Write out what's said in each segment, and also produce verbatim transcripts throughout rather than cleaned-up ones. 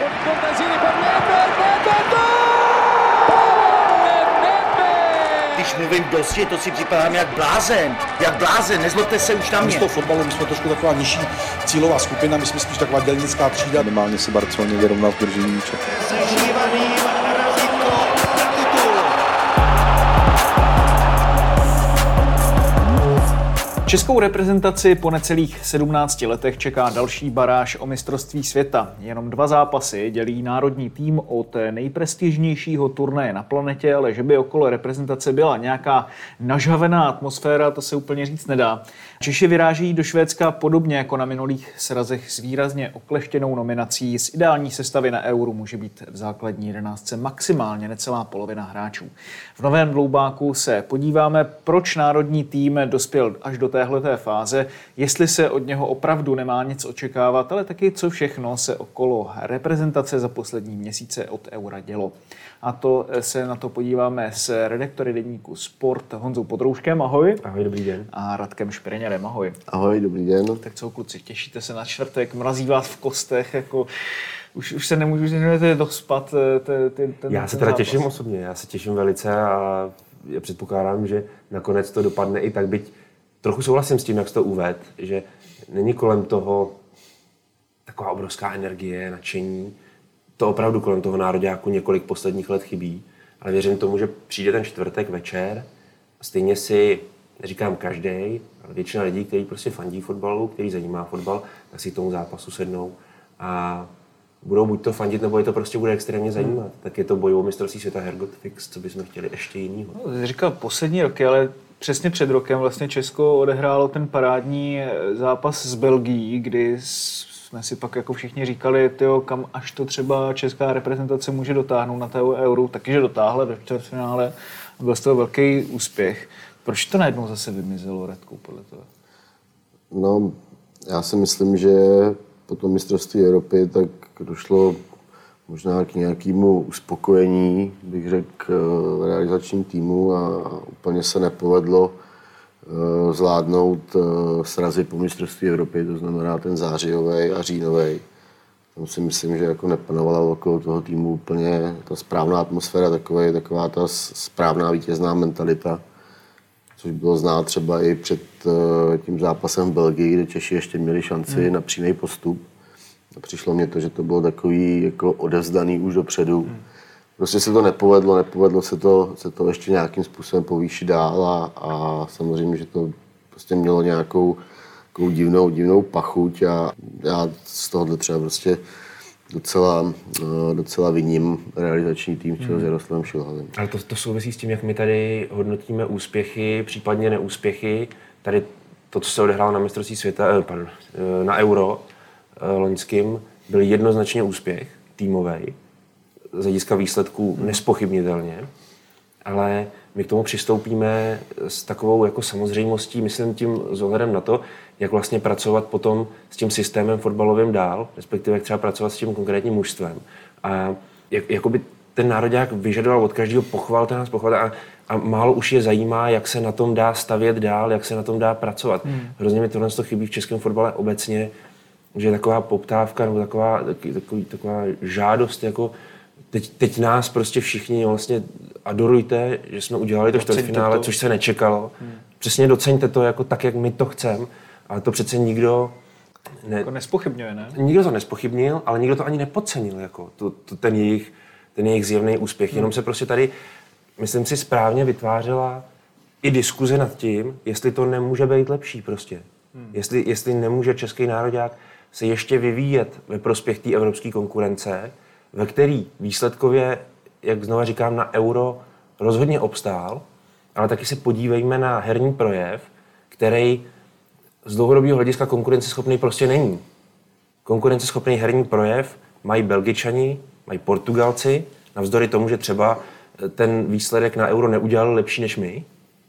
Když mluvím dosti, to si připadám jak blázen. Jak blázen, nezlobte se už na mě. My z toho fotbalu, my jsme trošku taková nižší cílová skupina, my jsme spíš taková dělnická třída. Minimálně se Barceloně vyrovnal v držení míče. Českou reprezentaci po necelých sedmnácti letech čeká další baráž o mistrovství světa. Jenom dva zápasy dělí národní tým od nejprestižnějšího turnaje na planetě, ale že by okolo reprezentace byla nějaká nažhavená atmosféra, to se úplně říct nedá. Češi vyráží do Švédska podobně jako na minulých srazech s výrazně okleštěnou nominací. Z ideální sestavy na Euro může být v základní jedenáctce maximálně necelá polovina hráčů. V novém dloubáku se podíváme, proč národní tým dospěl až do téhleté fáze, jestli se od něho opravdu nemá nic očekávat, ale taky co všechno se okolo reprezentace za poslední měsíce od Eura dělo. A to se na to podíváme s redaktory deníku Sport Honzou Podrouškem, ahoj. Ahoj, dobrý den. A Radkem Špreňarem, ahoj. Ahoj, dobrý den. Tak co, kluci, těšíte se na čtvrtek, mrazí vás v kostech, jako už, už se nemůžu nemůžete dospat ten Já se teda zápas. těším osobně, já se těším velice a já předpokládám, že nakonec to dopadne i tak, byť trochu souhlasím s tím, jak jsi to uvedl, že není kolem toho taková obrovská energie, nadšení. To opravdu kolem toho nároďáku několik posledních let chybí, ale věřím tomu, že přijde ten čtvrtek večer a stejně si, neříkám každej, ale většina lidí, kteří prostě fandí fotbalu, který zajímá fotbal, tak si k tomu zápasu sednou a budou buď to fandit, nebo je to prostě bude extrémně zajímat. Hmm. Tak je to boj o mistrovství světa Hergot Fix, co bychom chtěli ještě jinýho. No, říkal poslední roky, ale přesně před rokem vlastně Česko odehrálo ten parádní zápas s Belgií, kdy jsme si pak jako všichni říkali, tyjo, kam až to třeba česká reprezentace může dotáhnout na té Euro, taky, že dotáhla do čtvrtfinále. Byl z toho velký úspěch. Proč to najednou zase vymizelo, Radku, podle toho? No, já si myslím, že po tom mistrovství Evropy tak došlo možná k nějakému uspokojení, bych řekl, realizačním týmu a úplně se nepovedlo zvládnout srazy po mistrovství Evropy, to znamená ten zářijový a říjnový. Tam si myslím, že jako nepanovala okolo toho týmu úplně ta správná atmosféra, taková, taková ta správná vítězná mentalita, což bylo znát třeba i před tím zápasem v Belgii, kde Češi ještě měli šanci hmm. na přímý postup. A přišlo mně to, že to bylo takový jako odevzdaný už dopředu. Hmm. Prostě se to nepovedlo, nepovedlo se to, se to ještě nějakým způsobem povýšit dál a, a samozřejmě, že to prostě mělo nějakou takovou divnou, divnou pachuť a já z tohohle třeba prostě docela, docela viním realizační tým v čele s Jaroslavem Šilhavým. Ale to, to souvisí s tím, jak my tady hodnotíme úspěchy, případně neúspěchy. Tady to, co se odehrálo na mistrovství světa, pardon, na Euro loňským, byl jednoznačně úspěch týmový. Z hlediska výsledků nespochybnitelně, ale my k tomu přistoupíme s takovou jako samozřejmostí, myslím tím s ohledem na to, jak vlastně pracovat potom s tím systémem fotbalovým dál, respektive jak třeba pracovat s tím konkrétním mužstvem. A jak, jakoby ten nároďák vyžadoval od každého pochval, ten nás pochval a, a málo už je zajímá, jak se na tom dá stavět dál, jak se na tom dá pracovat. Hmm. Hrozně mi tohle chybí v českém fotbale obecně, že je taková poptávka nebo taková, takový, taková žádost, jako Teď, teď nás prostě všichni vlastně adorujte, že jsme udělali to čtvrtfinále, což se nečekalo. Hmm. Přesně doceňte to jako tak, jak my to chceme, ale to přece nikdo ne, jako nespochybňuje, ne? Nikdo to nespochybnil, ale nikdo to ani nepodcenil, jako to, to, ten, jejich, ten jejich zjevný úspěch. Hmm. Jenom se prostě tady, myslím si, správně vytvářela i diskuze nad tím, jestli to nemůže být lepší prostě. Hmm. Jestli, jestli nemůže český nároďák se ještě vyvíjet ve prospěch té evropské konkurence, ve který výsledkově, jak znova říkám, na Euro rozhodně obstál, ale taky se podívejme na herní projev, který z dlouhodobého hlediska konkurenceschopný prostě není. Konkurenceschopný herní projev mají Belgičani, mají Portugalci, navzdory tomu, že třeba ten výsledek na Euro neudělal lepší než my,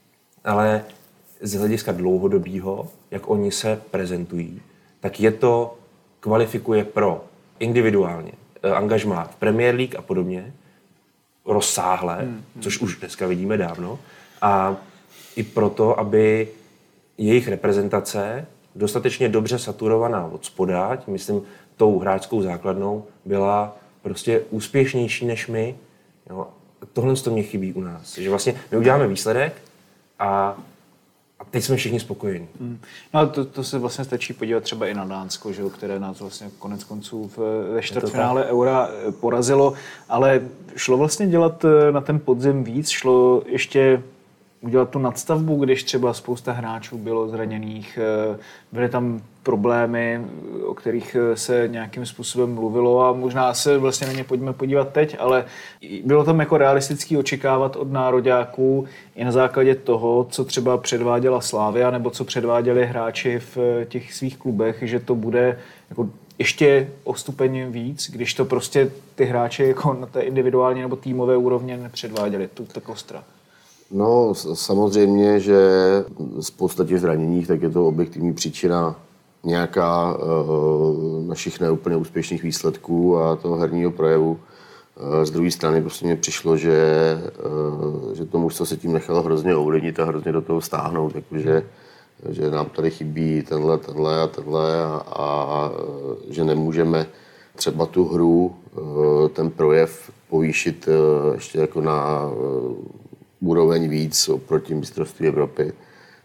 ale z hlediska dlouhodobého, jak oni se prezentují, tak je to kvalifikuje pro individuálně angažmá v Premier League a podobně, rozsáhle, hmm, hmm. což už dneska vidíme dávno, a i proto, aby jejich reprezentace dostatečně dobře saturovaná od spoda, myslím tou hráčskou základnou, byla prostě úspěšnější než my. Jo. Tohle to mě chybí u nás. Že vlastně my uděláme výsledek a A teď jsme všichni spokojení. Hmm. No a to, to se vlastně stačí podívat třeba i na Dánsko, že, které nás vlastně konec konců v, ve čtvrtfinále Eura porazilo, ale šlo vlastně dělat na ten podzim víc, šlo ještě udělat tu nadstavbu, když třeba spousta hráčů bylo zraněných, byly tam problémy, o kterých se nějakým způsobem mluvilo a možná se vlastně na ně pojďme podívat teď, ale bylo tam jako realistický očekávat od nároďáků i na základě toho, co třeba předváděla Slavia nebo co předváděli hráči v těch svých klubech, že to bude jako ještě o stupeň víc, když to prostě ty hráči jako na té individuální nebo týmové úrovně nepředváděli, tu tak ostra. No samozřejmě, že spousta těch zraněních, tak je to objektivní příčina nějaká uh, našich neúplně úspěšných výsledků a toho herního projevu. Uh, z druhé strany prostě mně přišlo, že, uh, že to mužstvo se tím nechalo hrozně ovlivnit a hrozně do toho stáhnout, takže že nám tady chybí tenhle, tenhle a tenhle a, a že nemůžeme třeba tu hru, uh, ten projev povýšit uh, ještě jako na uh, úroveň víc oproti mistrovství Evropy.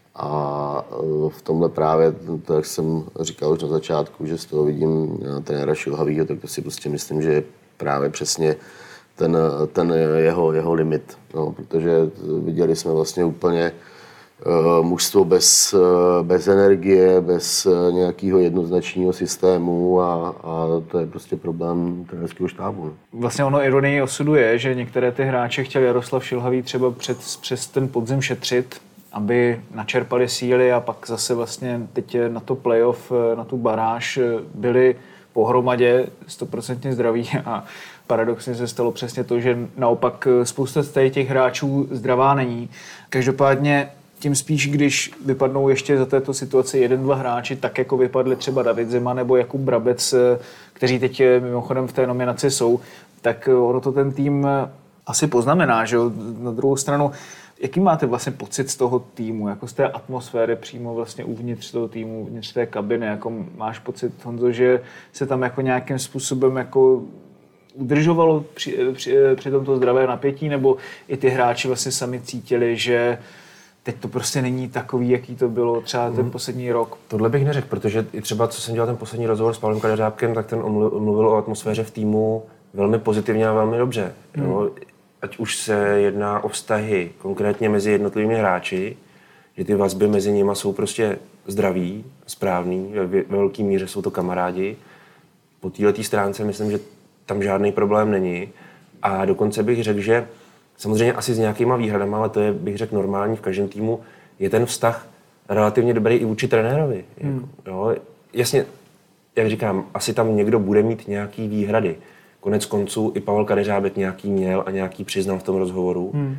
A v tomhle právě, to jak jsem říkal už na začátku, že z toho vidím trenéra Šilhavýho, tak to si prostě myslím, že je právě přesně ten, ten jeho, jeho limit. No, protože viděli jsme vlastně úplně uh, mužstvo bez, uh, bez energie, bez uh, nějakého jednoznačného systému a, a to je prostě problém trenérského štábu. No. Vlastně ono ironie osudu je, že některé ty hráče chtěl Jaroslav Šilhavý třeba před, přes ten podzim šetřit, aby načerpali síly a pak zase vlastně teď na to playoff, na tu baráž byli pohromadě stoprocentně zdraví a paradoxně se stalo přesně to, že naopak spousta z těch hráčů zdravá není. Každopádně tím spíš, když vypadnou ještě za této situace jeden, dva hráči, tak jako vypadli třeba David Zima nebo Jakub Brabec, kteří teď mimochodem v té nominaci jsou, tak ono to ten tým asi poznamená, že jo? Na druhou stranu, jaký máte vlastně pocit z toho týmu, jako z té atmosféry přímo vlastně uvnitř toho týmu, uvnitř té kabiny, jako máš pocit, Honzo, že se tam jako nějakým způsobem jako udržovalo při, při, při tomto zdravé napětí, nebo i ty hráči vlastně sami cítili, že teď to prostě není takový, jaký to bylo třeba ten poslední rok? Tohle bych neřekl, protože i třeba, co jsem dělal ten poslední rozhovor s Pavlem Kadeřábkem, tak ten mluvil o atmosféře v týmu velmi pozitivně a velmi dobře. Hmm. Jo? Ať už se jedná o vztahy konkrétně mezi jednotlivými hráči, že ty vazby mezi nimi jsou prostě zdraví, správný, ve velké míře jsou to kamarádi. Po této stránce myslím, že tam žádný problém není. A dokonce bych řekl, že samozřejmě asi s nějakýma výhradama, ale to je, bych řekl, normální v každém týmu, je ten vztah relativně dobrý i vůči trenérovi. Hmm. Jo, jasně, jak říkám, asi tam někdo bude mít nějaký výhrady. Konec konců i Pavel Kadeřábek nějaký měl a nějaký přiznal v tom rozhovoru. Hmm.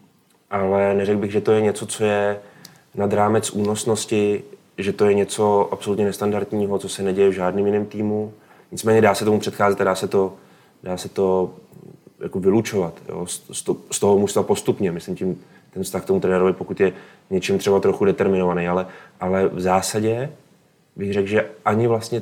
Ale neřekl bych, že to je něco, co je nad rámec únosnosti, že to je něco absolutně nestandardního, co se neděje v žádném jiném týmu. Nicméně dá se tomu předcházet a dá se to, dá se to jako vylučovat, jo, z, to, z toho mužstva postupně. Myslím tím ten vztah k tomu trenérovi, pokud je něčím třeba trochu determinovaný, ale, ale v zásadě bych řekl, že ani vlastně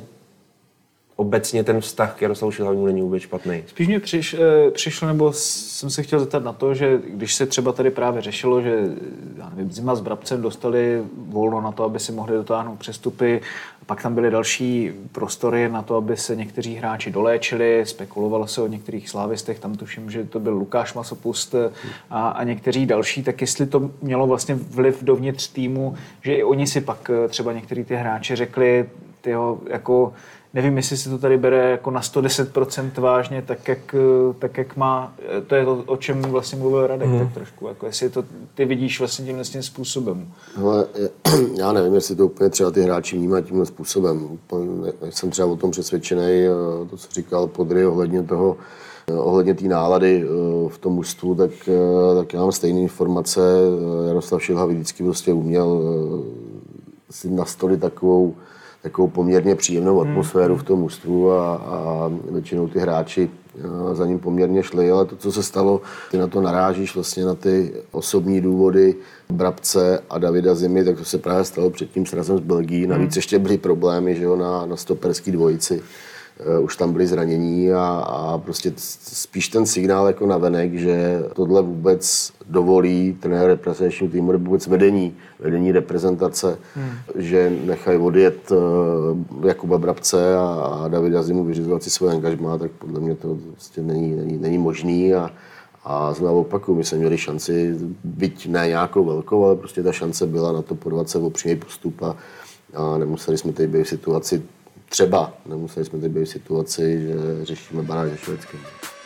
obecně ten vztah k Jaroslavu Šilhavému není vůbec špatný. Spíš mě přiš, přišlo, nebo jsem se chtěl zeptat na to, že když se třeba tady právě řešilo, že já nevím, Zima s Brabcem dostali volno na to, aby si mohli dotáhnout přestupy, a pak tam byly další prostory na to, aby se někteří hráči doléčili, spekulovalo se o některých slávistech, tam tuším, že to byl Lukáš Masopust a, a někteří další, tak jestli to mělo vlastně vliv dovnitř týmu, že i oni si pak třeba některý ty hráči řekli, tyjo, jako nevím, jestli se to tady bere jako na sto deset procent vážně, tak jak, tak jak má, to je to, o čem vlastně mluvil Radek, mm. tak trošku, jako jestli to ty vidíš vlastně tímhle tím způsobem. No, já nevím, jestli to úplně třeba ty hráči vnímají tímhle způsobem. Úplně jsem třeba o tom přesvědčený, to, co říkal Podry ohledně toho, ohledně té nálady v tom mužstvu, tak, tak já mám stejné informace. Jaroslav Šilhavý vždycky prostě uměl si nastolit takovou takovou poměrně příjemnou atmosféru v tom mužstvu a, a většinou ty hráči za ním poměrně šli, ale to, co se stalo, ty na to narážíš vlastně na ty osobní důvody Brabce a Davida Zimy, tak to se právě stalo před tím srazem s Belgií. Navíc ještě byly problémy, že jo, na, na stoperský dvojici. už tam byly zranění a, a prostě spíš ten signál jako navenek, že tohle vůbec dovolí trenér reprezentačního týmu, nebo vůbec vedení, vedení reprezentace, hmm. že nechají odjet Jakuba Brabce a, a Davida Zimu vyřizovat si svoje angažmá, tak podle mě to prostě není, není, není možný. A, a znovu opakuju, my jsme měli šanci, byť ne nějakou velkou, ale prostě ta šance byla na to podvat se o přímý postup a, a nemuseli jsme tady být v situaci, třeba nemuseli jsme tady být v situaci, že řešíme baráž se Švédskem.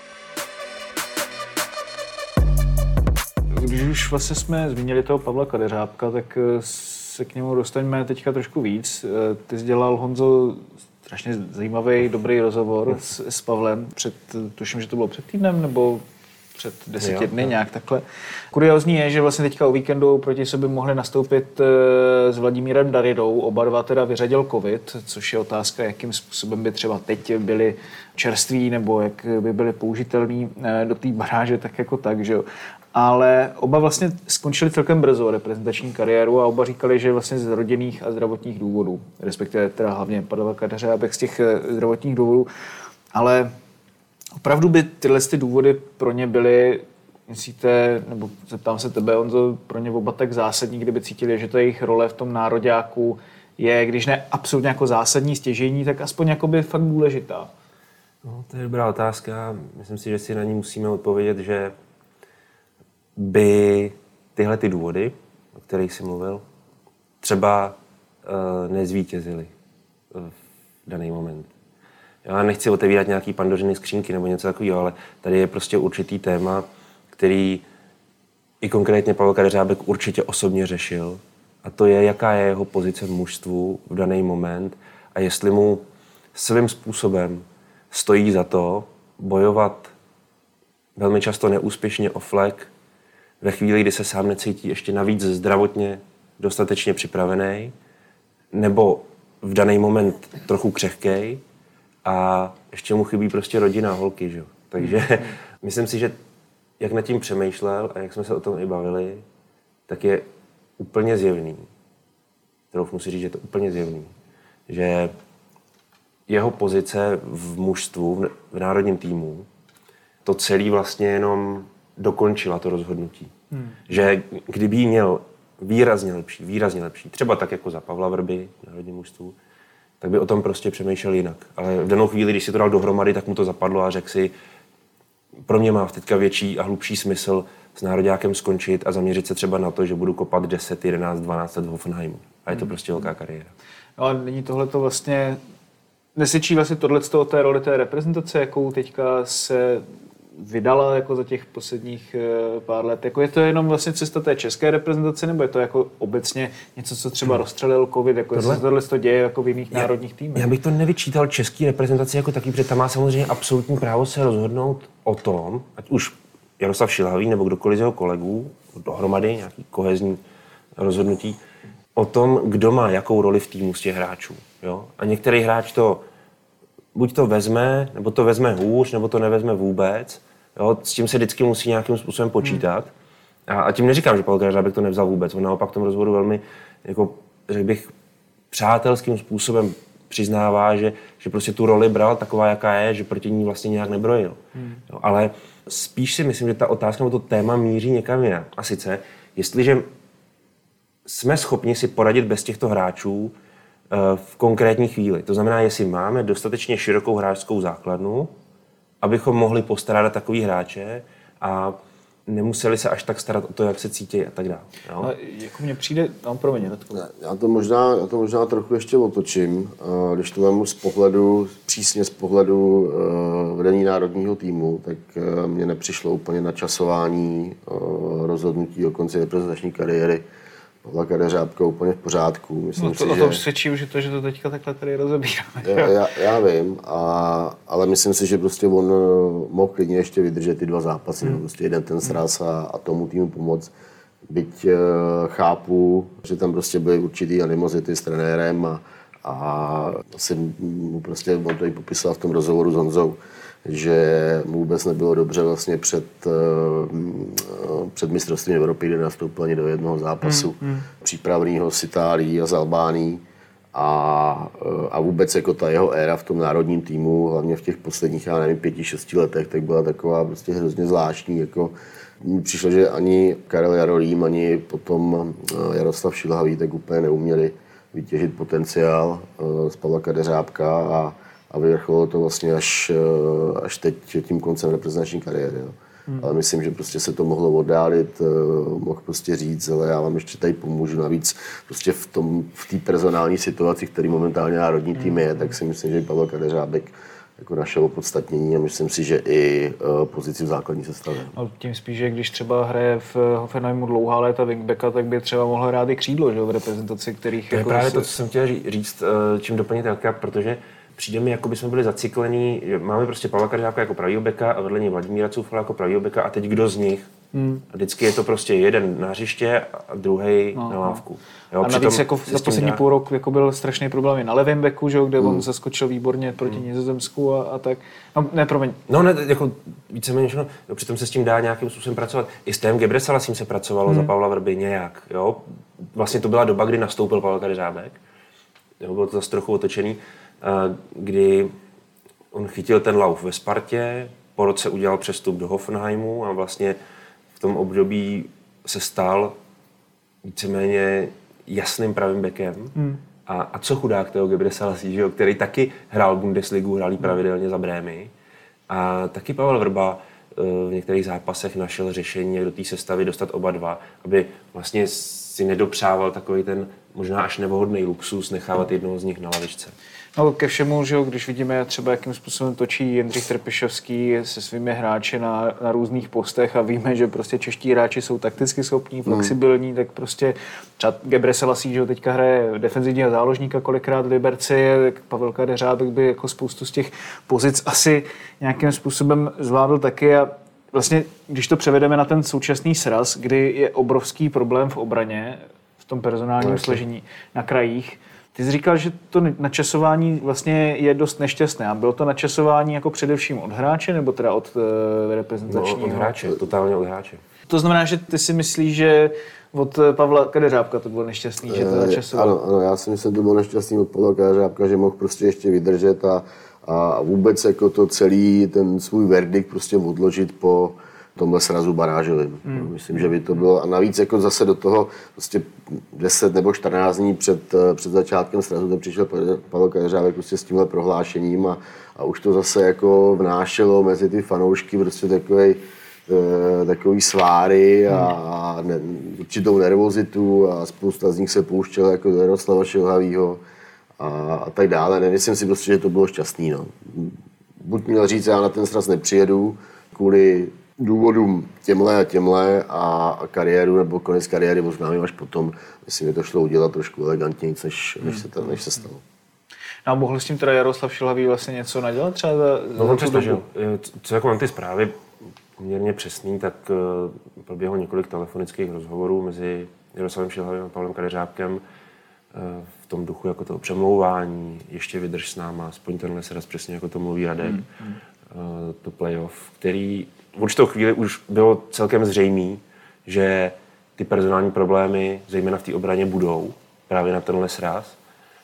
Když už vlastně jsme zmínili toho Pavla Kadeřábka, tak se k němu dostaňme teďka trošku víc. Ty jsi dělal, Honzo, strašně zajímavý, dobrý rozhovor s, s Pavlem před, tuším, že to bylo před týdnem, nebo před deseti jo, dny, jo. Nějak takhle. Kuriózní je, že vlastně teďka o víkendu proti sobě mohli nastoupit s Vladimírem Daridou. Oba dva teda vyřadil covid, což je otázka, jakým způsobem by třeba teď byli čerství nebo jak by byli použitelní do té baráže, tak jako tak, že jo. Ale oba vlastně skončili celkem brzo reprezentační kariéru a oba říkali, že vlastně z rodinných a zdravotních důvodů, respektive teda hlavně Pavel Kadeřábek z těch zdravotních důvodů, ale opravdu by tyhle ty důvody pro ně byly, myslíte, nebo zeptám se tebe, Honzo, pro ně oba tak zásadní, kdyby cítili, že to jejich role v tom nároďáku je, když ne absolutně jako zásadní, stěžejní, tak aspoň jakoby fakt důležitá? No, to je dobrá otázka. Myslím si, že si na ní musíme odpovědět, že by tyhle ty důvody, o kterých jsi mluvil, třeba uh, nezvítězily v daný moment. Já nechci otevírat nějaký pandořiny skřínky nebo něco takového, ale tady je prostě určitý téma, který i konkrétně Pavel Kadeřábek určitě osobně řešil. A to je, jaká je jeho pozice v mužstvu v daný moment a jestli mu svým způsobem stojí za to bojovat velmi často neúspěšně o flek ve chvíli, kdy se sám necítí ještě navíc zdravotně dostatečně připravený, nebo v daný moment trochu křehkej, a ještě mu chybí prostě rodina, holky, že jo. Takže myslím si, že jak nad tím přemýšlel a jak jsme se o tom i bavili, tak je úplně zjevný, troufnu si říct, že je to úplně zjevný, že jeho pozice v mužstvu, v národním týmu, to celý vlastně jenom dokončila to rozhodnutí. Hmm. Že kdyby jí měl výrazně lepší, výrazně lepší, třeba tak jako za Pavla Vrby v národním mužstvu, tak by o tom prostě přemýšlel jinak. Ale v danou chvíli, když si to dal dohromady, tak mu to zapadlo a řekl si, pro mě má teďka větší a hlubší smysl s nároďákem skončit a zaměřit se třeba na to, že budu kopat deset, jedenáct, dvanáct let v Hoffenheimu. A je to prostě velká kariéra. No a není tohle to vlastně, nesvědčí vlastně tohleto o té roli té reprezentace, jakou teďka se vydala jako za těch posledních pár let. Jako je to jenom vlastně cesta té české reprezentace, nebo je to jako obecně něco, co třeba hmm. rozstřelil covid, jako tohle? Jestli tohle to děje jako v jiných já, národních týmech? Já bych to nevyčítal český reprezentaci jako takový, protože tam má samozřejmě absolutní právo se rozhodnout o tom, ať už Jaroslav Šilhavý nebo kdokoliv z jeho kolegů, dohromady nějaký kohezní rozhodnutí, o tom, kdo má jakou roli v týmu z těch hráčů. Jo? A některý hráč to buď to vezme, nebo to vezme hůř, nebo to nevezme vůbec. Jo? S tím se vždycky musí nějakým způsobem počítat. Hmm. A, a tím neříkám, že Pavel Kadeřábek to nevzal vůbec. On naopak v tom rozhovoru velmi, jako, řekl bych, přátelským způsobem přiznává, že, že prostě tu roli bral taková, jaká je, že proti ní vlastně nějak nebrojil. Hmm. Jo? Ale spíš si myslím, že ta otázka nebo to téma míří někam jinam. A sice, jestliže jsme schopni si poradit bez těchto hráčů v konkrétní chvíli. To znamená, jestli máme dostatečně širokou hráčskou základnu, abychom mohli postarat takový hráče a nemuseli se až tak starat o to, jak se cítí a tak dále. No, jako mně přijde, tam promiň, já to možná, já to možná trochu ještě otočím, když to mám z pohledu, přísně z pohledu vedení národního týmu, tak mně nepřišlo úplně načasování rozhodnutí o konci reprezentační kariéry Pavla Kadeřábka úplně v pořádku. Myslím no to, si, o tom svědčí, že to, že to teďka takhle tady rozebíráme. Já, já, já vím, a, ale myslím si, že prostě on mohl klidně ještě vydržet ty dva zápasy. Hmm. Prostě jeden ten sraz a, a tomu týmu pomoct. Byť uh, chápu, že tam prostě byly určitý animozity s trenérem a, a asi mu prostě, on to i popisoval v tom rozhovoru s Honzou, že mu vůbec nebylo dobře vlastně před, uh, před mistrovstvím Evropy, kde nastoupil ani do jednoho zápasu hmm, hmm. přípravného s Itálií a s Albánií. A, a vůbec jako ta jeho éra v tom národním týmu, hlavně v těch posledních, já nevím, pěti, šesti letech, tak byla taková prostě hrozně zvláštní. Jako, mně přišlo, že ani Karel Jarolím, ani potom Jaroslav Šilhavý tak úplně neuměli vytěžit potenciál z Pavla Kadeřábka a, a vyvrcholilo to vlastně až, až teď tím koncem reprezentační kariéry. Jo. Hmm. Ale myslím, že prostě se to mohlo oddálit, mohl prostě říct, ale já vám ještě tady pomůžu. Navíc prostě v tom, v té personální situaci, který momentálně národní tým je, tak si myslím, že Pavel Kadeřábek jako našel opodstatnění a myslím si, že i uh, pozici v základní sestavě. No, tím spíš, že když třeba hraje v Hoffenheimu dlouhá léta wingbacka, tak by třeba mohl hrát i křídlo, že, v reprezentaci, kterých... To je jako právě se... to, co jsem chtěl říct, čím doplnit Elka, protože přijde mi, jako by jsme byli zaciklení, máme prostě Pavla Kadeřábka jako pravýho beka a vedle něj Vladimíra Coufala jako pravýho beka a teď kdo z nich? Hmm. A vždycky je to prostě jeden na hřiště a druhý no, na lávku. Jo, a navíc jako za poslední půl rok jako byl strašný problém i na levém beku, že, kde hmm. on zaskočil výborně proti hmm. Nizozemsku a, a tak. No, ne, promiň. No, ne, jako víceméně, no, přitom se s tím dá nějakým způsobem pracovat. I s Tém Gebreselasím se pracovalo hmm. za Pavla Vrby nějak. Jo? Vlastně to byla doba, kdy nastoupil Pavel Kadeřábek. Jo, bylo to zase trochu otočený, kdy on chytil ten lauf ve Spartě, po roce udělal přestup do Hoffenheimu a vlastně v tom období se stal víceméně jasným pravým bekem. Hmm. A, a co chudák Teo Gebreselassie, že jo, který taky hrál Bundesligu, hrál jí pravidelně za Brémy. A taky Pavel Vrba v některých zápasech našel řešení, jak do té sestavy dostat oba dva, aby vlastně si nedopřával takový ten možná až nevhodný luxus nechávat jednoho z nich na lavičce. No ke všemu, že jo, když vidíme třeba, jakým způsobem točí Jindřich Trpišovský se svými hráči na, na různých postech a víme, že prostě čeští hráči jsou takticky schopní, flexibilní, mm. tak prostě třeba Gebreselassie, že jo, teďka hraje defenzivního záložníka kolikrát v Liberci, tak Pavel Kadeřábek by jako spoustu z těch pozic asi nějakým způsobem zvládl taky a vlastně, když to převedeme na ten současný sraz, kdy je obrovský problém v obraně, v tom personálním no, složení na krajích. Ty jsi říkal, že to načasování vlastně je dost nešťastné. A bylo to načasování jako především od hráče, nebo teda od uh, reprezentačního? No, od hráče, totálně od hráče. To znamená, že ty si myslíš, že od Pavla Kadeřábka to bylo nešťastný, že to načasovalo? Ano, ano, já si myslím, že to bylo nešťastný od Pavla Kadeřábka, že mohl prostě ještě vydržet a, a vůbec jako to celý ten svůj verdikt prostě odložit po tomhle srazu barážovým. Hmm. Myslím, že by to bylo. A navíc jako zase do toho prostě deset nebo čtrnáct dní před, před začátkem srazu to přišel Pavel Kadeřábek prostě s tímhle prohlášením a, a už to zase jako vnášelo mezi ty fanoušky prostě takovej, e, takový sváry a, a ne, určitou nervozitu a spousta z nich se pouštěla jako do Jaroslava Šilhavýho a, a tak dále. Nemyslím si prostě, že to bylo šťastný. No. Buď měl říct, já na ten sraz nepřijedu kvůli důvodům těmhle a těmhle a, a kariéru nebo konec kariéry oznámím až potom. Myslím, že to šlo udělat trošku elegantněji, než, než, se, to, než se stalo. No a mohl s tím teda Jaroslav Šilhavý vlastně něco nadělat třeba za, no, on se snažil. Co jako mám ty zprávy poměrně přesný, tak uh, proběhlo několik telefonických rozhovorů mezi Jaroslavem Šilhavým a Pavlem Kadeřábkem uh, v tom duchu jako toho přemlouvání, ještě vydrž s náma, aspoň tenhle se raz přesně jako to mluví Radek, hmm. uh, to playoff, který v určitou chvíli už bylo celkem zřejmé, že ty personální problémy, zejména v té obraně, budou právě na tenhle sraz.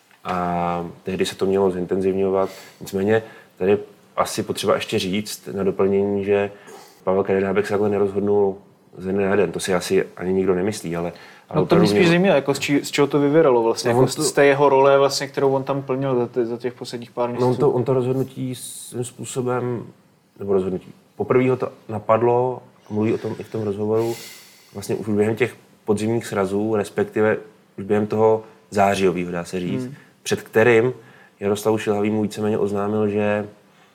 A tehdy se to mělo zintenzivňovat. Nicméně tady asi potřeba ještě říct na doplnění, že Pavel Kadeřábek se takhle nerozhodnul ze dne na den. To si asi ani nikdo nemyslí, ale... ale no to mě spíš zajímalo, jako z, či, z čeho to vyvíralo vlastně, no jako to, z té jeho role, vlastně, kterou on tam plnil za, ty, za těch posledních pár měsíců. No on to, on to rozhodnutí svým způsobem, nebo rozhodnutí, poprvé ho to napadlo, mluví o tom i v tom rozhovoru, vlastně už během těch podzimních srazů, respektive už během toho zářijového, dá se říct, hmm. před kterým Jaroslavu Šilhavýmu víceméně oznámil, že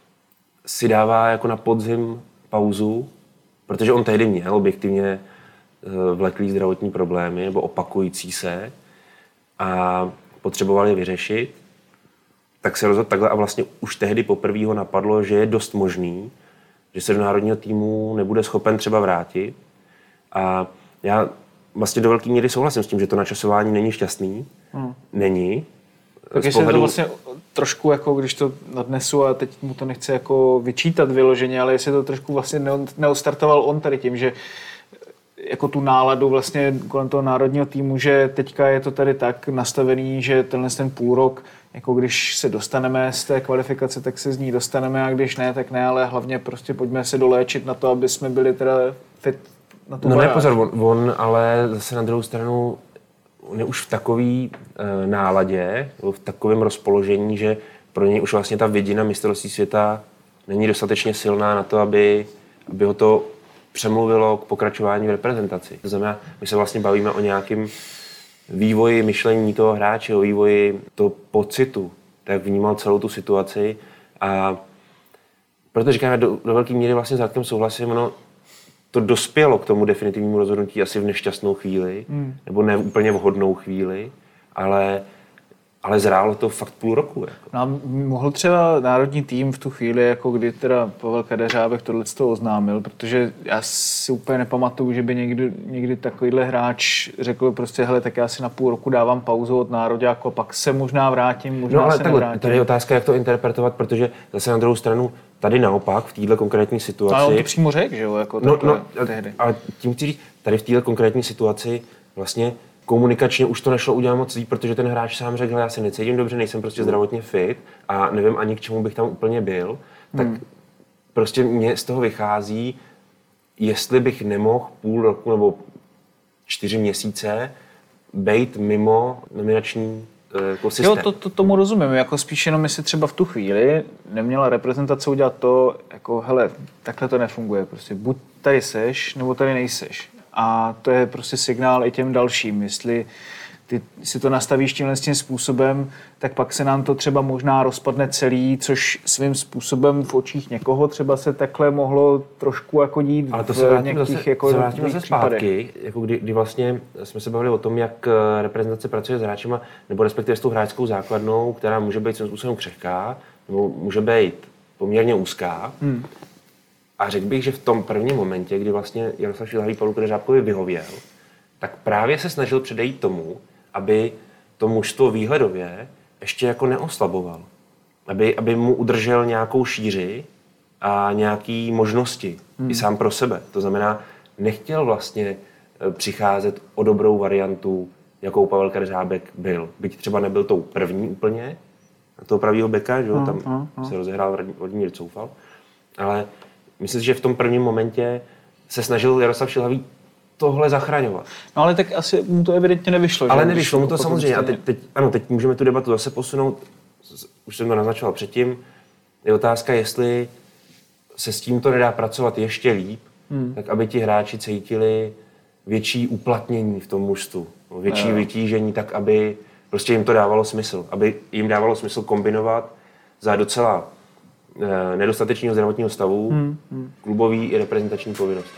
si dává jako na podzim pauzu, protože on tehdy měl objektivně vleklý zdravotní problémy nebo opakující se a potřeboval je vyřešit, tak se rozhodl takhle a vlastně už tehdy poprvé ho napadlo, že je dost možný, že se do národního týmu nebude schopen třeba vrátit. A já vlastně do velké míry souhlasím s tím, že to načasování není šťastný. Hmm. Není. Tak jestli pohledu... to vlastně trošku, jako když to nadnesu a teď mu to nechci jako vyčítat vyloženě, ale jestli to trošku vlastně neodstartoval on tady tím, že jako tu náladu vlastně kolem toho národního týmu, že teďka je to tady tak nastavený, že tenhle ten půl rok, jako když se dostaneme z té kvalifikace, tak se z ní dostaneme a když ne, tak ne, ale hlavně prostě pojďme se doléčit na to, aby jsme byli teda fit na tu No baráž. ne, pozor, on, on ale zase na druhou stranu on je už v takový e, náladě, v takovém rozpoložení, že pro něj už vlastně ta vidina mistrovství světa není dostatečně silná na to, aby, aby ho to přemluvilo k pokračování v reprezentaci. To znamená, my se vlastně bavíme o nějakém vývoji myšlení toho hráče, o vývoji toho pocitu, tak vnímal celou tu situaci a proto říkáme, do, do velké míry vlastně s Radkem souhlasím, ono to dospělo k tomu definitivnímu rozhodnutí asi v nešťastnou chvíli, hmm. nebo ne úplně vhodnou chvíli, ale, ale zrálo to fakt půl roku. Jako. No a mohl třeba národní tým v tu chvíli, jako kdy teda Pavel Kadeřábek tohleto oznámil, protože já si úplně nepamatuju, že by někdy, někdy takovýhle hráč řekl prostě, hele, tak já si na půl roku dávám pauzu od nároďáku a pak se možná vrátím, možná no, ale se takhle, nevrátím. tady je otázka, jak to interpretovat, protože zase na druhou stranu tady naopak v této konkrétní situaci... Ale on to přímo řekl, že jo, jako no, takhle no, tehdy. Ale tím chci říct, tady v této konkrétní situaci vlastně komunikačně už to nešlo udělat moc líp, protože ten hráč sám řekl, já se necítím dobře, nejsem prostě zdravotně fit a nevím ani k čemu bych tam úplně byl, tak hmm. prostě mě z toho vychází, jestli bych nemohl půl roku nebo čtyři měsíce bejt mimo nominační jako systém. Jo, to, to, tomu rozumím, jako spíš jenom jestli třeba v tu chvíli neměla reprezentace udělat to, jako hele, takhle to nefunguje, prostě buď tady seš, nebo tady nejseš. A to je prostě signál i těm dalším. Jestli ty si to nastavíš tímhle tím způsobem, tak pak se nám to třeba možná rozpadne celý, což svým způsobem v očích někoho třeba se takhle mohlo trošku jako dít. Ale to v se vrátím nějakých zase, jako se vrátím zase případech. zpátky, jako kdy, kdy vlastně jsme se bavili o tom, jak reprezentace pracuje s hráčima, nebo respektive s tou hráčskou základnou, která může být svým způsobem křehká, nebo může být poměrně úzká. Hmm. A řekl bych, že v tom prvním momentě, kdy vlastně Jaroslav Šilhavý Pavlu Kadeřábkovi vyhověl, tak právě se snažil předejít tomu, aby to mužstvo výhledově ještě jako neoslaboval. Aby, aby mu udržel nějakou šíři a nějaké možnosti hmm. i sám pro sebe. To znamená, nechtěl vlastně přicházet o dobrou variantu, jakou Pavel Kadeřábek byl. Byť třeba nebyl tou první úplně, toho pravýho beka, že jo, tam hmm, hmm. se rozehrál Vladimír Coufal, ale myslím si, že v tom prvním momentě se snažil Jaroslav Šilhavý tohle zachraňovat. No ale tak asi mu to evidentně nevyšlo. Ale že? nevyšlo mu to Potom samozřejmě. A stejně. teď, teď, ano, teď můžeme tu debatu zase posunout, už jsem to naznačoval předtím, je otázka, jestli se s tímto nedá pracovat ještě líp, hmm. tak aby ti hráči cítili větší uplatnění v tom mužstvu, větší no. vytížení, tak aby prostě jim to dávalo smysl. Aby jim dávalo smysl kombinovat za docela eh, nedostatečného zdravotního stavu hmm. Hmm. klubový i reprezentační povinnosti.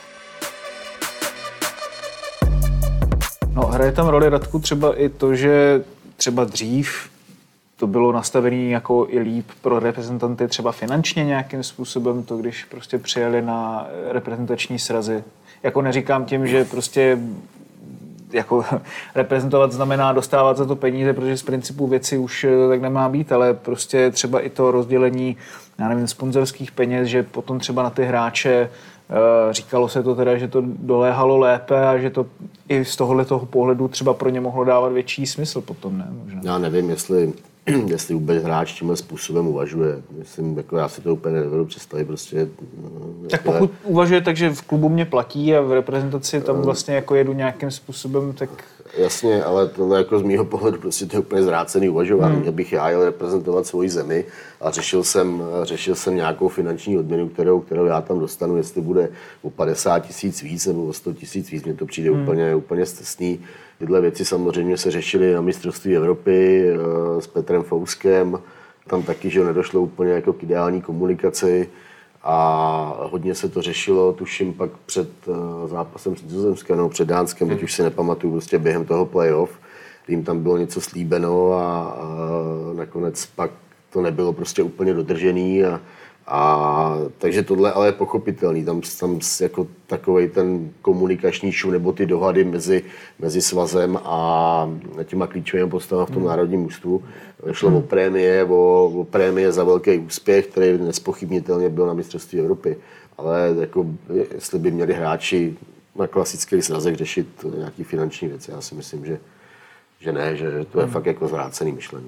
No, hraje tam roli, Radku, třeba i to, že třeba dřív to bylo nastavené jako i líp pro reprezentanty třeba finančně nějakým způsobem, to když prostě přijeli na reprezentační srazy. Jako neříkám tím, že prostě jako reprezentovat znamená dostávat za to peníze, protože z principu věci už tak nemá být, ale prostě třeba i to rozdělení, já nevím, sponzorských peněz, že potom třeba na ty hráče říkalo se to teda, že to doléhalo lépe a že to i z tohohle toho pohledu třeba pro ně mohlo dávat větší smysl potom, ne? Možná. Já nevím, jestli, jestli vůbec hráč tímhle způsobem uvažuje. Myslím, jako já si to úplně nedovedu představit. Prostě, tak pokud je... uvažuje tak, že v klubu mě platí a v reprezentaci tam vlastně jako jedu nějakým způsobem, tak... Jasně, ale tohle jako z mýho pohledu prostě to je úplně zrácený uvažování. Hmm. Abych já jel reprezentovat svoji zemi a řešil jsem, řešil jsem nějakou finanční odměnu, kterou, kterou já tam dostanu, jestli bude o padesát tisíc víc nebo o sto tisíc víc, mně to přijde hmm. úplně, úplně stesný. Tyhle věci samozřejmě se řešily na mistrovství Evropy s Petrem Fouskem. Tam taky, že nedošlo úplně jako k ideální komunikaci a hodně se to řešilo, tuším, pak před zápasem s Nizozemskem nebo před Dánskem, teď už si nepamatuju, prostě během toho playoff, jim tam bylo něco slíbeno a, a nakonec pak to nebylo prostě úplně dodržený a, a takže tohle ale je pochopitelný, tam, tam jako takovej ten komunikační šum nebo ty dohady mezi, mezi svazem a těma klíčovými postavami v tom hmm. národním mužstvu. Šlo hmm. o prémie, o, o prémie za velký úspěch, který nespochybnitelně byl na mistrovství Evropy. Ale jako, jestli by měli hráči na klasických srazech řešit nějaký finanční věci. Já si myslím, že, že ne, že to je hmm. fakt jako zvrácený myšlení.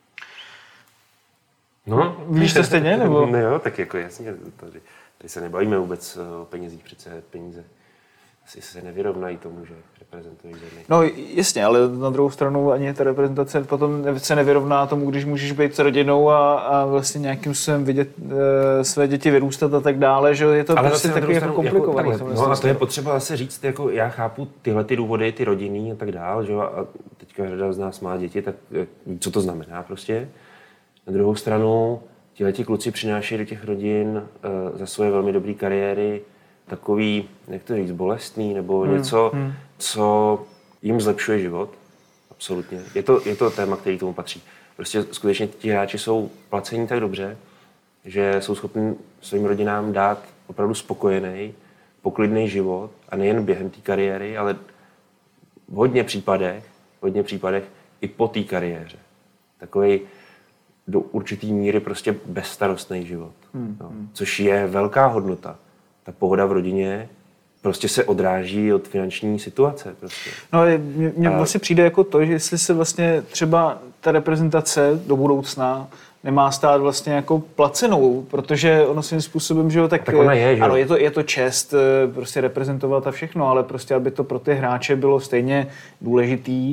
No, víš to stejně, nebo? No jo, tak jako jasně, tady, tady se nebavíme vůbec o penězích, přece peníze asi se nevyrovnají tomu, že reprezentují zemi. No jasně, ale na druhou stranu ani ta reprezentace potom se nevyrovná tomu, když můžeš být s rodinou a, a vlastně nějakým způsobem vidět e, své děti vyrůstat a tak dále, že je to ale prostě taky jako komplikovaný. Jako, no a to je potřeba zase říct, jako já chápu tyhle ty důvody, ty rodinný a tak dále, že a teďka řada z nás má děti, tak co to znamená prostě. Na druhou stranu, tihleti kluci přinášejí do těch rodin e, za svoje velmi dobré kariéry takový, jak to říct, bolestný, nebo hmm. něco, hmm. co jim zlepšuje život. Absolutně. Je to, je to téma, který tomu patří. Prostě skutečně ti hráči jsou placení tak dobře, že jsou schopni svým rodinám dát opravdu spokojený, poklidný život a nejen během té kariéry, ale v hodně případech, v hodně případech i po té kariéře. Takovej do určitý míry prostě bezstarostný život. Hmm. No. Což je velká hodnota. Ta pohoda v rodině prostě se odráží od finanční situace. Prostě. No, mně a... vlastně přijde jako to, že jestli se vlastně třeba ta reprezentace do budoucna nemá stát vlastně jako placenou, protože ono svým způsobem, že jo, tak, tak ona je, že ano, je to, je to čest prostě reprezentovat a všechno, ale prostě, aby to pro ty hráče bylo stejně důležitý,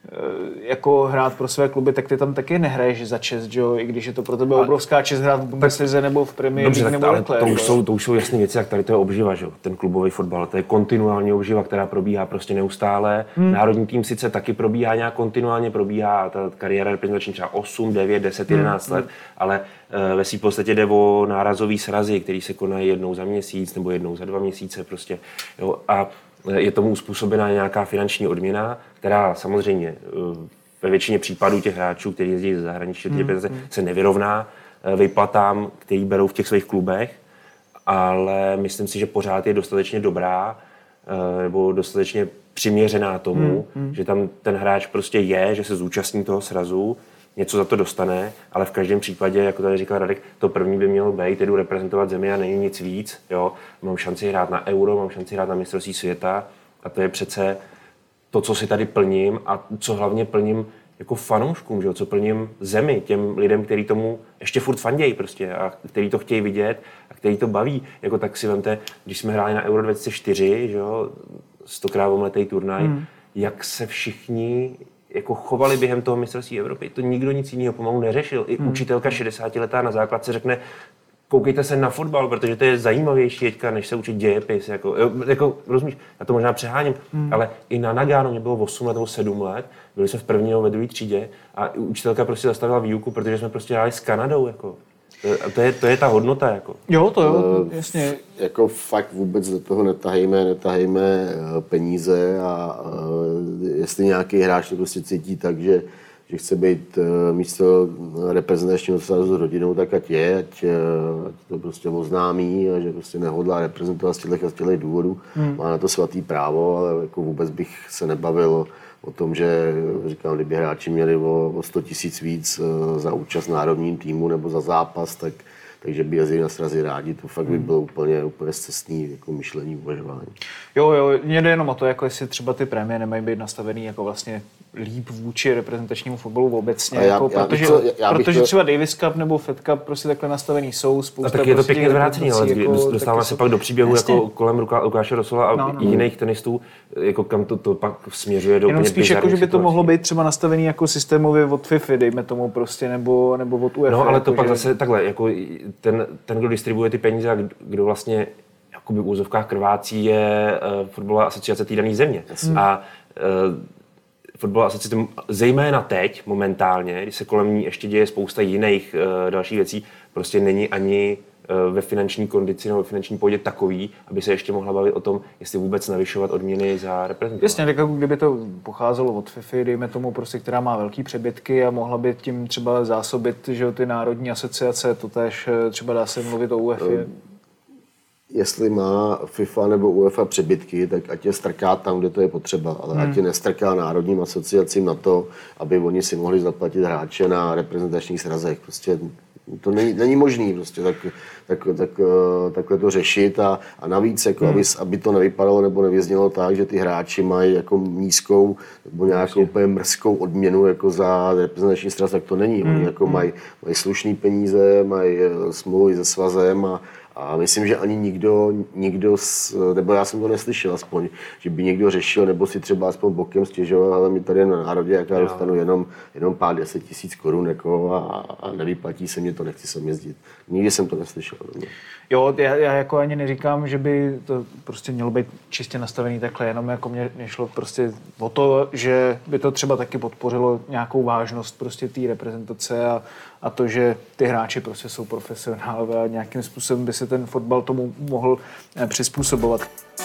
jako hrát pro své kluby, tak ty tam taky nehraješ za čest, že jo? I když je to pro tebe obrovská čest hrát v Bundeslize nebo v Premier League nebo takhle. To už jsou, to už jsou jasné věci, jak tady to je obživa, že jo? Ten klubový fotbal, to je kontinuální obživa, která probíhá prostě neustále. Hmm. Národní tým sice taky probíhá nějak kontinuálně, probíhá ta kariéra reprezentační třeba osm, devět, deset, jedenáct hmm. let, ale uh, ve svým podstatě jde o nárazový srazy, který se konají jednou za měsíc nebo jednou za dva měsíce prostě, jo? A je tomu uspůsobená nějaká finanční odměna, která samozřejmě ve většině případů těch hráčů, kteří jezdí ze zahraničí, hmm. se nevyrovná výplatám, který berou v těch svých klubech, ale myslím si, že pořád je dostatečně dobrá nebo dostatečně přiměřená tomu, hmm. že tam ten hráč prostě je, že se zúčastní toho srazu, něco za to dostane, ale v každém případě, jako tady říkal Radek, to první by mělo být, jdu reprezentovat zemi a není nic víc. Jo? Mám šanci hrát na Euro, mám šanci hrát na mistrovství světa a to je přece to, co si tady plním a co hlavně plním jako fanouškům, že jo? Co plním zemi, těm lidem, kteří tomu ještě furt fandějí prostě a kteří to chtějí vidět a kteří to baví. Jako tak si vemte, když jsme hráli na Euro dva tisíce čtyři, že jo? stokrát omletej turnaj, hmm. jak se všichni jako chovali během toho mistrovství Evropy. To nikdo nic jiného pomalu neřešil. I hmm. učitelka šedesátiletá na základce řekne, koukejte se na fotbal, protože to je zajímavější teďka, než se učit dějepis. Jako, jako, rozumíš, já to možná přeháním, hmm. ale i na Nagano mě bylo osm let nebo sedm let, byli jsme v první nebo ve druhé třídě a učitelka prostě zastavila výuku, protože jsme prostě hráli s Kanadou. Jako. A to je, to je ta hodnota. Jako. Jo, to jo, jasně. Jako fakt vůbec do toho netahejme, netahejme peníze a jestli nějaký hráč to prostě cítí tak, že, že chce být místo reprezentačního srazu s rodinou, tak ať je, ať, ať to prostě oznámí a že prostě nehodlá reprezentovat z těchto z těchto důvodů. Hmm. Má na to svatý právo, ale jako vůbec bych se nebavil o tom, že říkám, kdyby hráči měli o, o sto tisíc víc za účast v národním týmu nebo za zápas, tak, takže by jezdili na srazy rádi. To fakt by bylo úplně, úplně scestný jako myšlení, uvažování. Jo, jo, mě jde jenom o to, jako jestli třeba ty prémie nemají být nastavený jako vlastně líp vůči reprezentačnímu fotbalu obecně, já, jako, já, protože, to, já protože to... třeba Davis Cup nebo Fed Cup prostě takhle nastavený jsou. Spousta a tak je to prostě pěkně zvrácený, ale jako, dostáváme se pak do příběhu jasně. jako kolem Lukáše Rosola a no, no, jiných tenistů, jako kam to, to pak směřuje do jenom úplně spíš jako, že by to mohlo být třeba nastavený jako systémově od FIFA, dejme tomu prostě, nebo, nebo od UEFA. No ale jako, to pak že... zase takhle, jako ten, ten, kdo distribuje ty peníze a kdo vlastně jakoby v úzovkách krvácí, je uh, fotbalová asociace té dané země. Hmm. A uh, fotbalová asociace, zejména teď, momentálně, když se kolem ní ještě děje spousta jiných uh, dalších věcí, prostě není ani uh, ve finanční kondici nebo ve finanční pohodě takový, aby se ještě mohla bavit o tom, jestli vůbec navyšovat odměny za reprezentaci. Jasně, jako kdyby to pocházelo od FIFA, dejme tomu prostě, která má velký přebytky a mohla by tím třeba zásobit, že ty národní asociace, to též třeba dá se mluvit o UEFA. Um. Jestli má FIFA nebo UEFA přebytky, tak ať je strká tam, kde to je potřeba, ale hmm. ať je nestrká národním asociacím na to, aby oni si mohli zaplatit hráče na reprezentačních srazech. Prostě To není, není možný prostě tak, tak, tak, takhle to řešit a, a navíc, jako, hmm. aby, aby to nevypadalo nebo nevyznělo tak, že ty hráči mají jako nízkou nebo nějakou úplně mrzkou odměnu jako za reprezentační střaz, tak to není. Oni jako hmm. mají, mají slušný peníze, mají smlouvy se svazem a A myslím, že ani nikdo, nikdo, nebo já jsem to neslyšel aspoň, že by někdo řešil, nebo si třeba aspoň bokem stěžoval, ale my tady na národě, jak já dostanu jenom, jenom pár deset tisíc korun jako, a, a nevyplatí se mě to, nechci sem jezdit. Nikdy jsem to neslyšel. Ne? Jo, já, já jako ani neříkám, že by to prostě mělo být čistě nastavený takhle, jenom jako mě, mě šlo prostě o to, že by to třeba taky podpořilo nějakou vážnost prostě té reprezentace a, a to, že ty hráči prostě jsou profesionálové a nějakým způsobem by se ten fotbal tomu mohl přizpůsobovat.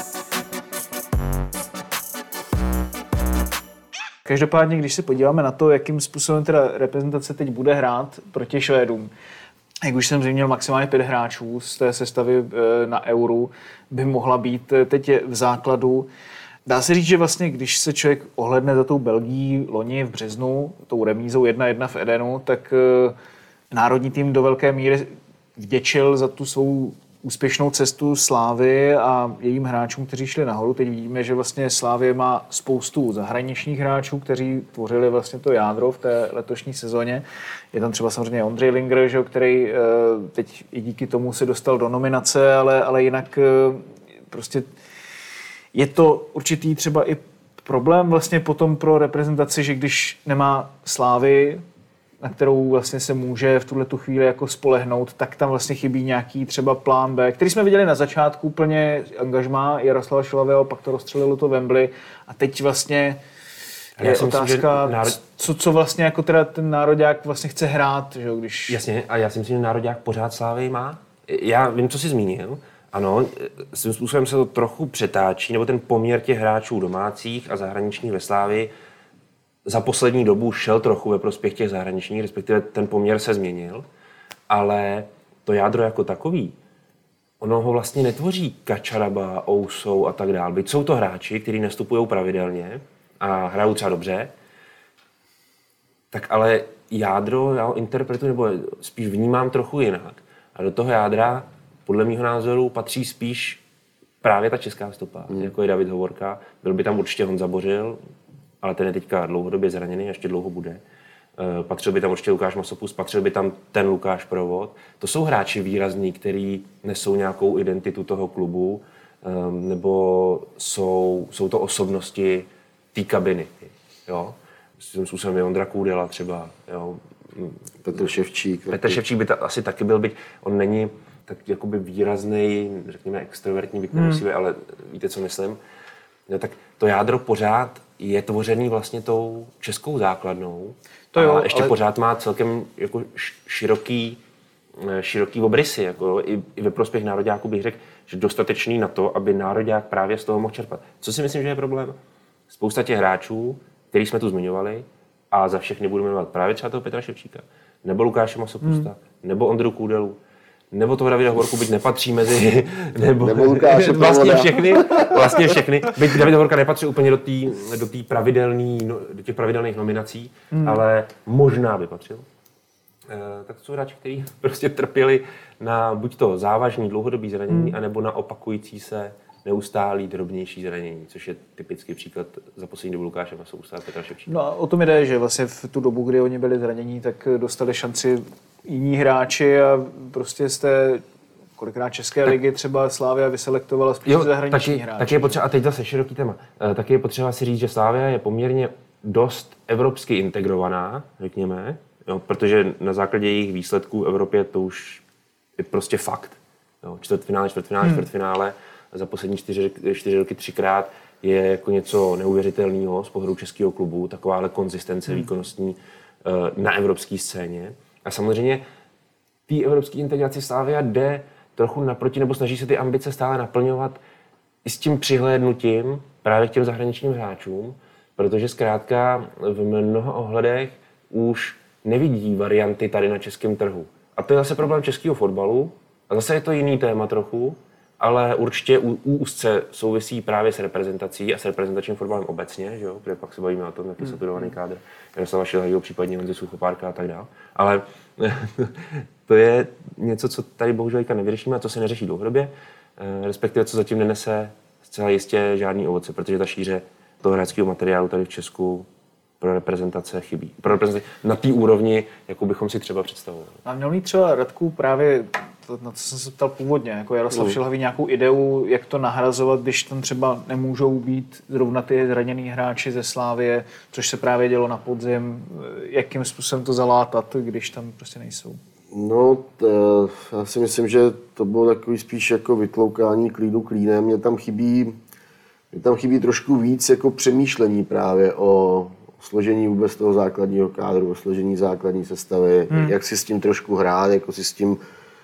Každopádně, když se podíváme na to, jakým způsobem teda reprezentace teď bude hrát proti Švédům, jak už jsem zmínil, maximálně pět hráčů z té sestavy na Euru by mohla být teď v základu. Dá se říct, že vlastně, když se člověk ohledne za tou Belgií loni v březnu, tou remízou jedna jedna v Edenu, tak národní tým do velké míry vděčil za tu svou úspěšnou cestu Slávy a jejím hráčům, kteří šli nahoru. Teď vidíme, že vlastně Slávie má spoustu zahraničních hráčů, kteří tvořili vlastně to jádro v té letošní sezóně. Je tam třeba samozřejmě Ondřej Linger, že, který teď i díky tomu se dostal do nominace, ale, ale jinak prostě je to určitý třeba i problém vlastně potom pro reprezentaci, že když nemá Slávy, na kterou vlastně se může v tuhletu chvíli jako spolehnout, tak tam vlastně chybí nějaký třeba plán B, který jsme viděli na začátku úplně angažmá Jaroslava Šilhavého, pak to rozstřelilo to Wembley a teď vlastně je já otázka, myslím, národ... co, co vlastně jako teda ten nároďák vlastně chce hrát, že jo, když... Jasně, a já si myslím, že nároďák pořád Slávy má. Já vím, co jsi zmínil. Ano, svým způsobem se to trochu přetáčí, nebo ten poměr těch hráčů domácích a zahraničních ve Slávii za poslední dobu šel trochu ve prospěch těch zahraničních, respektive ten poměr se změnil, ale to jádro jako takový, ono ho vlastně netvoří Kačaraba, Ousou a tak dále. Byť jsou to hráči, kteří nastupují pravidelně a hrajou třeba dobře, tak ale jádro já ho interpretuji, nebo spíš vnímám trochu jinak. A do toho jádra podle mého názoru patří spíš právě ta česká stopa, hmm. jako je David Hovorka. Byl by tam určitě Honza Bořil, ale ten je teďka dlouhodobě zraněný, ještě dlouho bude. Patřil by tam určitě Lukáš Masopust, patřil by tam ten Lukáš Provod. To jsou hráči výrazní, kteří nesou nějakou identitu toho klubu, nebo jsou, jsou to osobnosti té kabiny. Jo? Svým způsobem je Ondra Kůdela třeba. Jo? Petr Ševčík. Petr Ševčík by ta, asi taky byl, byť on není tak jakoby výrazný, řekněme extrovertní, byť nemusí, hmm. ale víte, co myslím. No, tak to jádro pořád je tvořený vlastně tou českou základnou. To jo, a ještě ale... pořád má celkem jako široký, široký obrysy. Jako i, i ve prospěch nároďáků bych řekl, že dostatečný na to, aby nároďák právě z toho mohl čerpat. Co si myslím, že je problém? Spousta těch hráčů, který jsme tu zmiňovali, a za všechny budu jmenovat právě třeba toho Petra Ševčíka, nebo Lukáše Masopusta, hmm. nebo Ondru Kůdelu, nebo toho Davida Hovorku, byť nepatří mezi... Nebo, nebo Lukáše vlastně všechny, vlastně všechny. Byť David Hovorka nepatří úplně do, tý, do, tý pravidelný, no, do těch pravidelných nominací, hmm. ale možná by patřil. E, tak to jsou hráči, kteří prostě trpěli na buď to závažný dlouhodobý zranění, hmm. anebo na opakující se neustálý drobnější zranění, což je typický příklad za poslední dobu Lukáše Masousta a Petra Ševčíka. No a o tom jde, že vlastně v tu dobu, kdy oni byli zranění, tak dostali šanci jiní hráči a prostě z té kolikrát České tak, ligy třeba Slavia vyselektovala spíš zahraniční hráči. Taky je potřeba, a teď zase široký téma, taky je potřeba si říct, že Slavia je poměrně dost evropsky integrovaná, řekněme, jo, protože na základě jejich výsledků v Evropě to už je prostě fakt. Jo, čtvrtfinále, čtvrtfinále, hmm. čtvrtfinále, za poslední čtyři, čtyři roky třikrát je jako něco neuvěřitelného z pohledu českého klubu, takováhle konzistence hmm. výkonnostní na evropské scéně. A samozřejmě té evropské integraci Slavia jde trochu naproti, nebo snaží se ty ambice stále naplňovat i s tím přihlédnutím právě k těm zahraničním hráčům, protože zkrátka v mnoha ohledech už nevidí varianty tady na českém trhu. A to je zase problém českého fotbalu, a zase je to jiný téma trochu, ale určitě úzce souvisí právě s reprezentací a s reprezentačním fotbalem obecně, že jo? Protože pak se bavíme o tom, jak je sopidovaný kádr Jaroslava Šilhavýho, případně Honzy Suchopárka a tak dále. Ale to je něco, co tady bohužel nevyřešíme a co se neřeší dlouhodobě, respektive co zatím nenese zcela jistě žádný ovoce, protože ta šíře toho hráčského materiálu tady v Česku pro reprezentace chybí. Pro reprezentace na té úrovni, jakou bychom si třeba představovali. A měl mít třeba Radku právě, to, na co jsem se ptal původně, jako Jaroslav mm. Šilhavý, nějakou ideu, jak to nahrazovat, když tam třeba nemůžou být zrovna ty zraněný hráči ze Slávie, což se právě dělo na podzim, jakým způsobem to zalátat, když tam prostě nejsou. No, to, já si myslím, že to bylo takový spíš jako vytloukání klínu klínem. Mně tam chybí, mně tam chybí trošku víc jako přemýšlení právě o složení vůbec toho základního kádru, o složení základní sestavy, hmm. jak si s tím trošku hrát, jako si s tím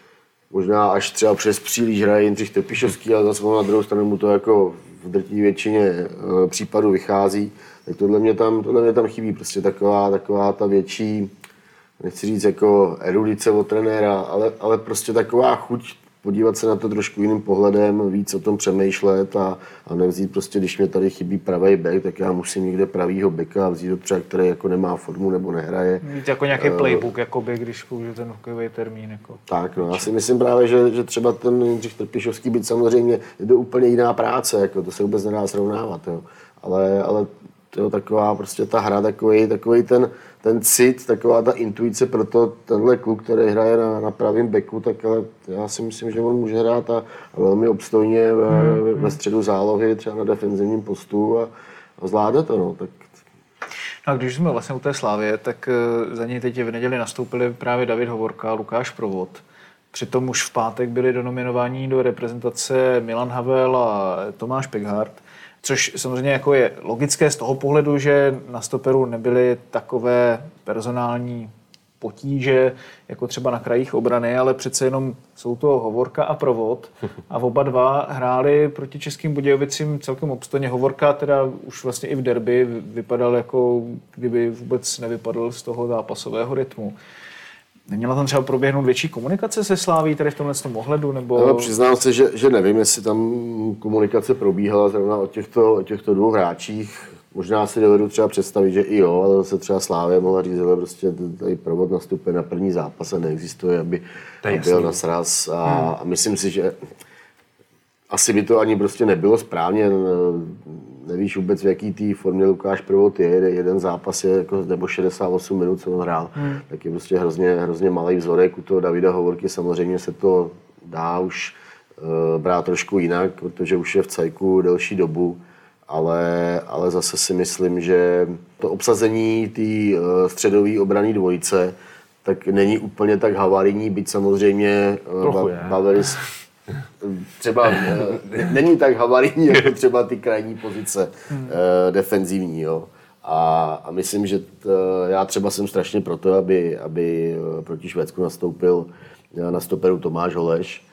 možná až třeba přes příliš hraje Jindřich Trpišovský, ale zase na druhou stranu mu to jako v drtí většině případů vychází. Tak tohle mě tam, tohle mě tam chybí, prostě taková, taková ta větší, nechci říct jako erudice od trenéra, ale, ale prostě taková chuť podívat se na to trošku jiným pohledem, víc o tom přemýšlet a, a nevzít prostě, když mě tady chybí pravý back, tak já musím někde pravýho backa a vzít ho třeba, který jako nemá formu nebo nehraje. Mít jako nějaký playbook, uh, jakoby, když použiju ten hokejový termín. Jako. Tak, no, já si myslím právě, že, že třeba ten Jindřich Trpišovský byt samozřejmě je to úplně jiná práce, jako, to se vůbec nedá srovnávat, jo. Ale, ale to taková prostě ta hra, takový, takový ten, ten cit, taková ta intuice pro to, tenhle kluk, který hraje na, na pravém beku, tak ale já si myslím, že on může hrát a, a velmi obstojně ve, hmm. ve středu zálohy, třeba na defenzivním postu a, a zvládne to. No. Tak... No a když jsme vlastně u té Slávie, tak za něj teď v neděli nastoupili právě David Hovorka a Lukáš Provod. Přitom už v pátek byli donominováni do reprezentace Milan Havel a Tomáš Pekhart. Což samozřejmě jako je logické z toho pohledu, že na stoperu nebyly takové personální potíže, jako třeba na krajích obrany, ale přece jenom jsou to Hovorka a Provod a oba dva hráli proti Českým Budějovicím celkem obstojně. Hovorka teda už vlastně i v derby vypadal jako kdyby vůbec nevypadl z toho zápasového rytmu. Neměla tam třeba proběhnout větší komunikace se Sláví tady v tomhle ohledu? Nebo... No, přiznám se, že, že nevím, jestli tam komunikace probíhala zrovna o těchto, o těchto dvou hráčích. Možná si dovedu třeba představit, že i jo, ale zase třeba Slávě mohla říct, že prostě tady Provod nastupuje na první zápas a neexistuje, aby, aby byl na sraz. A, hmm. a myslím si, že asi by to ani prostě nebylo správně. Nevíš vůbec, v jaký té formě Lukáš Provod je. Jeden zápas je jako, nebo šedesát osm minut, co on hrál. Hmm. Tak je prostě hrozně, hrozně malý vzorek. U toho Davida Hovorky samozřejmě se to dá už uh, brát trošku jinak, protože už je v cajku delší dobu. Ale, ale zase si myslím, že to obsazení té uh, středové obranné dvojice tak není úplně tak havarijní, byť samozřejmě uh, ba- bavili třeba uh, není tak havarijní jako třeba ty krajní pozice uh, defenzivní. Jo. A, a myslím, že t, já třeba jsem strašně proto, aby, aby proti Švédsku nastoupil na stoperu Tomáš Holeš.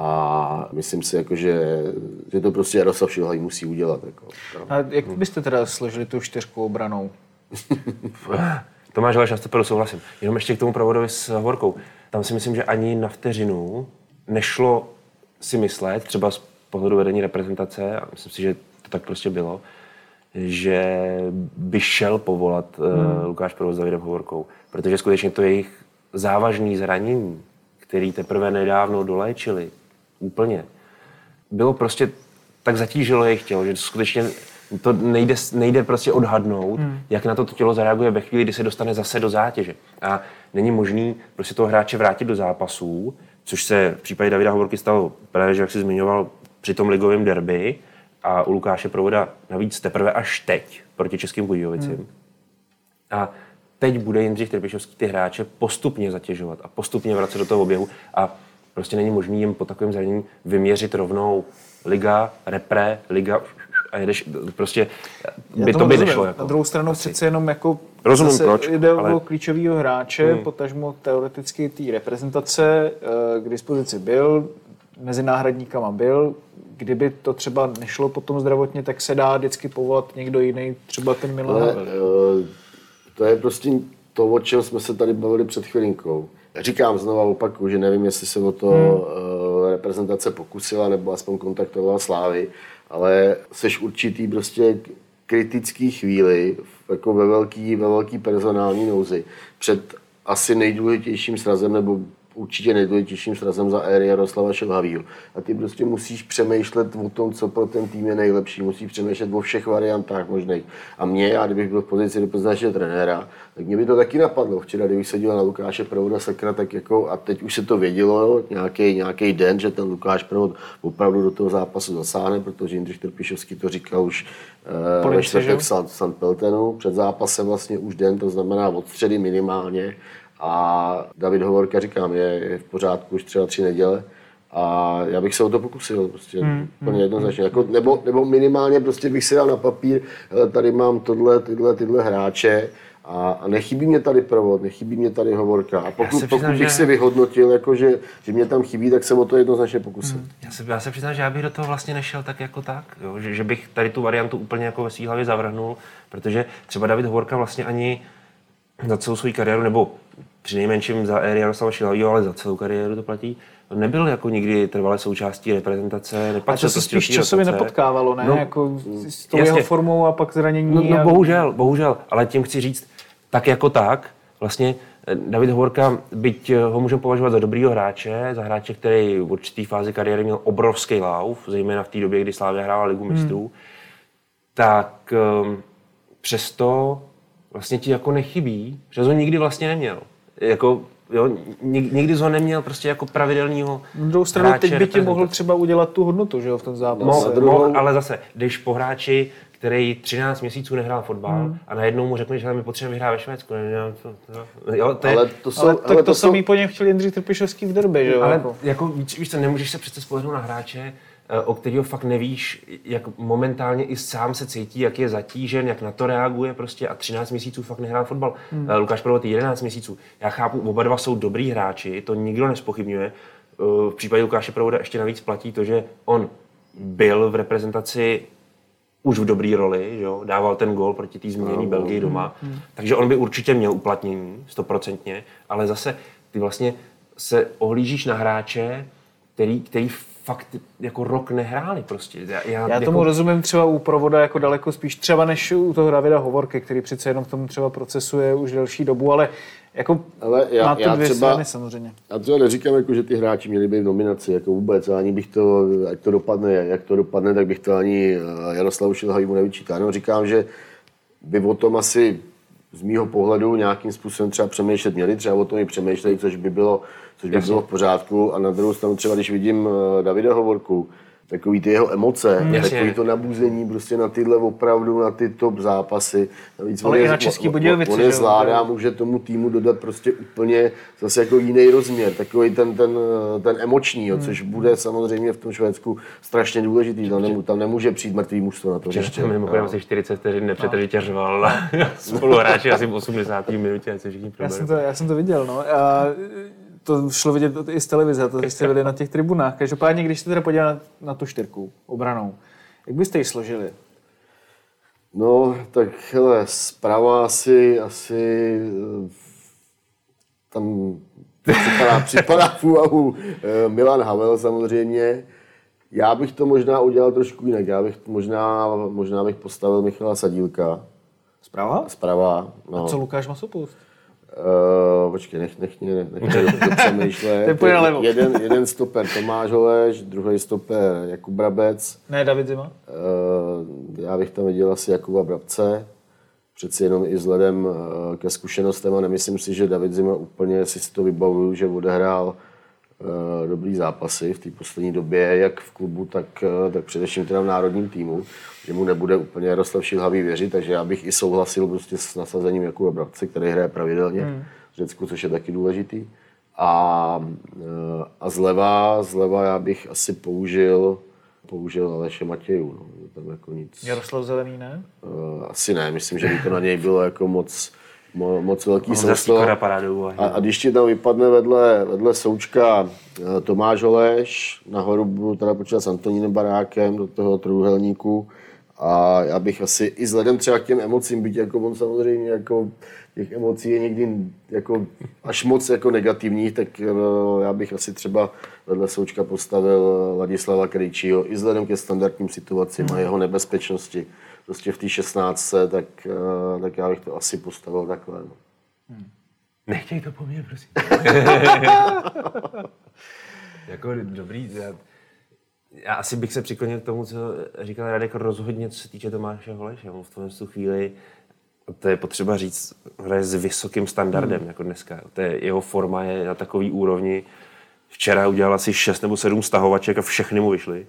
A myslím si, jako, že, že to prostě Jaroslav Šilhavý musí udělat. Jako, no. A jak byste teda složili tu čtyřku obranou? Tomáš Holeš, na stoperu souhlasím. Jenom ještě k tomu Provodovi s Hovorkou. Tam si myslím, že ani na vteřinu nešlo si myslet, třeba z pohledu vedení reprezentace, a myslím si, že to tak prostě bylo, že by šel povolat hmm. uh, Lukáš Provod s Davidem Hovorkou. Protože skutečně to jejich závažné zranění, který teprve nedávno doléčili úplně, bylo prostě tak zatížilo jejich tělo, že skutečně to nejde, nejde prostě odhadnout, hmm. jak na to, to tělo zareaguje ve chvíli, kdy se dostane zase do zátěže. A není možný prostě toho hráče vrátit do zápasů, což se v případě Davida Hovorky stalo právě, že jak jsi zmiňoval, při tom ligovém derby a u Lukáše Provoda navíc teprve až teď proti Českým Budějovicím. Hmm. A teď bude Jindřich Trpišovský ty hráče postupně zatěžovat a postupně vracet do toho oběhu a prostě není možný jim po takovém zranění vyměřit rovnou liga, repre, liga a jedeš, prostě by to by nešlo. Jako, na druhou stranu asi. Přece jenom jako rozumím, proč, jde ale... o klíčovýho hráče, hmm. potažmo teoreticky té reprezentace k dispozici byl, mezi náhradníkama byl. Kdyby to třeba nešlo potom zdravotně, tak se dá vždycky povolat někdo jiný, třeba ten Milan Havel. To je prostě to, o čem jsme se tady bavili před chvilinkou. Já říkám znova opakuju, že nevím, jestli se o to hmm. reprezentace pokusila, nebo aspoň kontaktovala Slávy, ale seš určitý prostě kritický chvíli, jako ve velký, ve velký personální nouzi, před asi nejdůležitějším srazem, nebo určitě nejdůležitějším srazem za éry Jaroslava Šilhavýho. A ty prostě musíš přemýšlet o tom, co pro ten tým je nejlepší. Musíš přemýšlet o všech variantách možných. A mě, já kdybych byl v pozici reprezentačního trenéra, tak mě by to taky napadlo. Včera, kdybych se díval na Lukáše Provoda, sakra, tak jako, a teď už se to vědělo, nějaký, nějaký den, že ten Lukáš Provod opravdu do toho zápasu zasáhne, protože Jindřich Trpišovský to říkal už uh, ve čtvrtek v Sankt Pöltenu. Před zápasem vlastně už den, to znamená od středy minimálně. A David Hovorka, říkám, je, je v pořádku už třeba tři neděle a já bych se o to pokusil, prostě hmm, úplně jednoznačně. Jako, nebo, nebo minimálně prostě bych si dal na papír, hele, tady mám tohle, tyhle, tyhle hráče a, a nechybí mě tady Provod, nechybí mě tady Hovorka. A pokud, přiznám, pokud bych že... si vyhodnotil, jako, že, že mě tam chybí, tak se o to jednoznačně pokusil. Hmm. Já se, já se přiznám, že já bych do toho vlastně nešel tak jako tak, jo? Že, že bych tady tu variantu úplně jako ve svý hlavě zavrhnul, protože třeba David Hovorka vlastně ani za celou svou kariéru, nebo přinejmenším za éry Jaroslava Šilhavýho, ale za celou kariéru to platí, nebyl jako nikdy trvalé součástí reprezentace. A to se spíš časově nepotkávalo, ne? No, jako s tou jeho formou a pak zranění. No, no a... bohužel, bohužel, ale tím chci říct, tak jako tak, vlastně David Hovorka, byť ho můžeme považovat za dobrýho hráče, za hráče, který v určitý fázi kariéry měl obrovský lauf, zejména v té době, kdy Slavia hrála Ligu mistrů, hmm. tak um, přesto vlastně ti jako nechybí, že ho nikdy vlastně neměl. Jako, jo, nikdy ho neměl prostě jako pravidelného Na druhou stranu teď by ti mohl třeba udělat tu hodnotu, že jo, v tom zápase. Mohl, mohl, ale zase, když po hráči, který třináct měsíců nehrál fotbal hmm. a najednou mu řekne, že my potřebujeme vyhrát ve Švédsku. To, to, jo, to je, ale to, jsou, ale tak ale to, to samý jsou... po něm chtěl Jindřich Trpišovský v derby, že jo? Ale jako, jako víš, víš co, nemůžeš se přece spolehnout na hráče, o kterého fakt nevíš, jak momentálně i sám se cítí, jak je zatížen, jak na to reaguje prostě a třináct měsíců fakt nehrál fotbal. Hmm. Lukáš Provod jedenáct měsíců. Já chápu, oba dva jsou dobrý hráči, to nikdo nespochybňuje. V případě Lukáše Provoda ještě navíc platí to, že on byl v reprezentaci už v dobré roli, jo? Dával ten gól proti té zmíněné Belgii doma, hmm. takže on by určitě měl uplatnění, stoprocentně, ale zase ty vlastně se ohlížíš na hráče, který, který fakt jako rok nehráli prostě. Já, já, já jako... tomu rozumím třeba u Provoda jako daleko spíš třeba než u toho Davida Hovorky, který přece jenom v tom třeba procesuje už delší dobu, ale jako ale já, má to já dvě třeba, strany samozřejmě. Já třeba neříkám, jako, že ty hráči měli být v nominaci, jako vůbec, ani bych to, jak to dopadne, jak to dopadne, tak bych to ani Jaroslavu Šilhavýmu nevyčítal. No, říkám, že by o tom asi z mýho pohledu nějakým způsobem třeba přemýšlet měli, třeba o tom i přemýšleli, což by bylo, což by bylo v pořádku. A na druhou stranu třeba, když vidím Davida Hovorku, takový ty jeho emoce, mm. takový to nabuzení prostě na tyhle opravdu, na ty top zápasy. Navíc ale on i je, na Český on, Budějovice. On je zvládá, může tomu týmu dodat prostě úplně zase jako jiný rozměr, takový ten, ten, ten emoční, mm. což bude samozřejmě v tom Švédsku strašně důležitý. Tam, nemů, tam nemůže přijít mrtvý mužstvo na to. Ještě mimochodem asi čtyřicet vteřin nepřetržitě řval spoluhráči asi v osmdesáté minutě, ať se všichni já jsem, to, já jsem to viděl, no. A to šlo vidět i z televize, to jste viděli na těch tribunách. Každopádně, když se teda podívá na, na tu čtyřku obranou, jak byste ji složili? No, tak hele, zprava asi, asi tam připadá, připadá v úvahu Milan Havel samozřejmě. Já bych to možná udělal trošku jinak. Já bych možná, možná bych postavil Michala Sadílka. Zprava? Zprava, no. A co Lukáš Masopust? Uh, počkej, nech, nech mě, nech mě to přemýšlet. jeden, jeden stoper Tomáš Holeš, druhý stoper Jakub Brabec. Ne, David Zima? Uh, já bych tam viděl asi Jakuba Brabce. Přeci jenom i vzhledem uh, ke zkušenostem a nemyslím si, že David Zima úplně si to vybavuju, že odehrál uh, dobrý zápasy v té poslední době, jak v klubu, tak, uh, tak především teda v národním týmu, že mu nebude úplně Jaroslav Šilhavý věřit, takže já bych i souhlasil prostě s nasazením Jakuba Brabce, který hraje pravidelně hmm. v Řecku, což je taky důležitý. A, uh, a zleva, zleva já bych asi použil použil Aleše Matějů. No. Tam jako nic. Jaroslav Zelený, ne? Uh, asi ne, myslím, že by to na něj bylo jako moc, mo, moc velký sousto. A, a když ti tam vypadne vedle, vedle Součka uh, Tomáš Holeš, nahoru budu teda počítat s Antonínem Barákem do toho trůhelníku A já bych asi i vzhledem třeba k těm emocím, byť jako on samozřejmě jako těch emocí je někdy jako až moc jako negativních, tak já bych asi třeba vedle Součka postavil Ladislava Krejčího i vzhledem ke standardním situacím a jeho nebezpečnosti. Prostě v té šestnáctce, tak, tak já bych to asi postavil takhle. No. Hmm. Nechtěj to po mně, prosím. Jako dobrý, já, já asi bych se přiklonil k tomu, co říkal Radek, rozhodně, co se týče Tomáše Holeše. On v tom tu chvíli, to je potřeba říct, hraje s vysokým standardem, hmm. jako dneska. To je, jeho forma je na takový úrovni. Včera udělal asi šest nebo sedm stahovaček a všechny mu vyšly.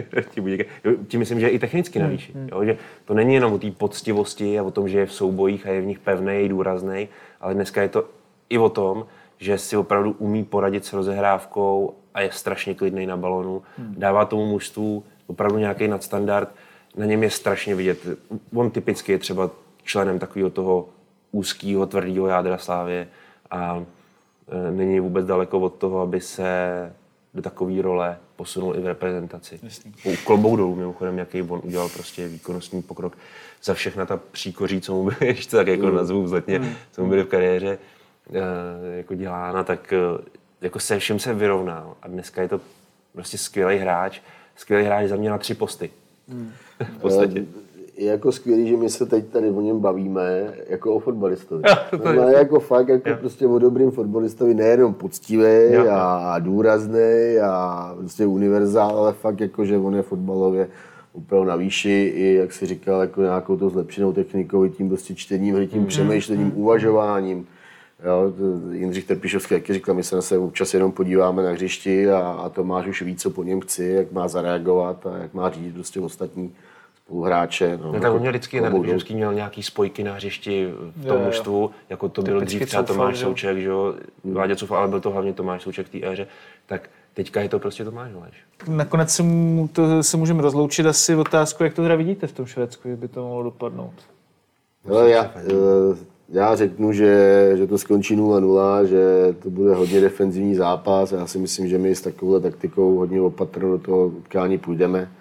Tím myslím, že je i technicky na výši. Hmm. Jo, že to není jenom o té poctivosti a o tom, že je v soubojích a je v nich pevnej, důraznej, ale dneska je to i o tom, že si opravdu umí poradit s rozehrávkou a je strašně klidnej na balonu. Hmm. Dává tomu mužstvu opravdu nějaký nadstandard. Na něm je strašně vidět. On typicky je třeba členem takového toho úzkého, tvrdého jádra Slávie a e, není vůbec daleko od toho, aby se do takové role posunul i v reprezentaci. U klobouk dolů, mimochodem, jaký on udělal prostě výkonnostní pokrok za všechna ta příkoří, co mu byly, ještě tak jako mm. nazvu vzletně, mm. co mu byly v kariéře e, jako dělána, tak e, jako se všem se vyrovnal. A dneska je to prostě skvělý hráč, skvělý hráč za mě na tři posty. Mm. v podstatě. Je jako skvělý, že my se teď tady o něm bavíme jako o fotbalistovi. No, jako fakt jako jo. prostě o dobrým fotbalistovi, nejenom poctivý a důrazný a prostě univerzál, ale fakt jako, že on je fotbalově úplně na výši i, jak si říkal, jako nějakou to zlepšenou technikou, tím prostě čtením, tím mm. přemýšlením, mm. uvažováním. Jo, Jindřich Trpišovský, jak říkal, my se na sebe občas jenom podíváme na hřišti a, a Tomáš už ví, co po něm chci, jak má zareagovat a jak má řídit prostě ostatní spoluhráče. No, no tak on měl vždycky, Trpišovský měl nějaký spojky na hřišti v tom mužstvu, jako to byl dřív třeba Tomáš Souček, že jo, Vláďa Coufal, ale byl to hlavně Tomáš Souček v té éře, tak teďka je to prostě Tomáš Holeš. Nakonec se, mu, to, se můžeme rozloučit asi otázku, jak to teda vidíte v tom Švédsku, jak by to mohlo dopadnout. Hele, já, já řeknu, že, že to skončí nula nula, že to bude hodně defenzivní zápas. Já si myslím, že my s takovou taktikou hodně opatrně do toho utkání půjdeme.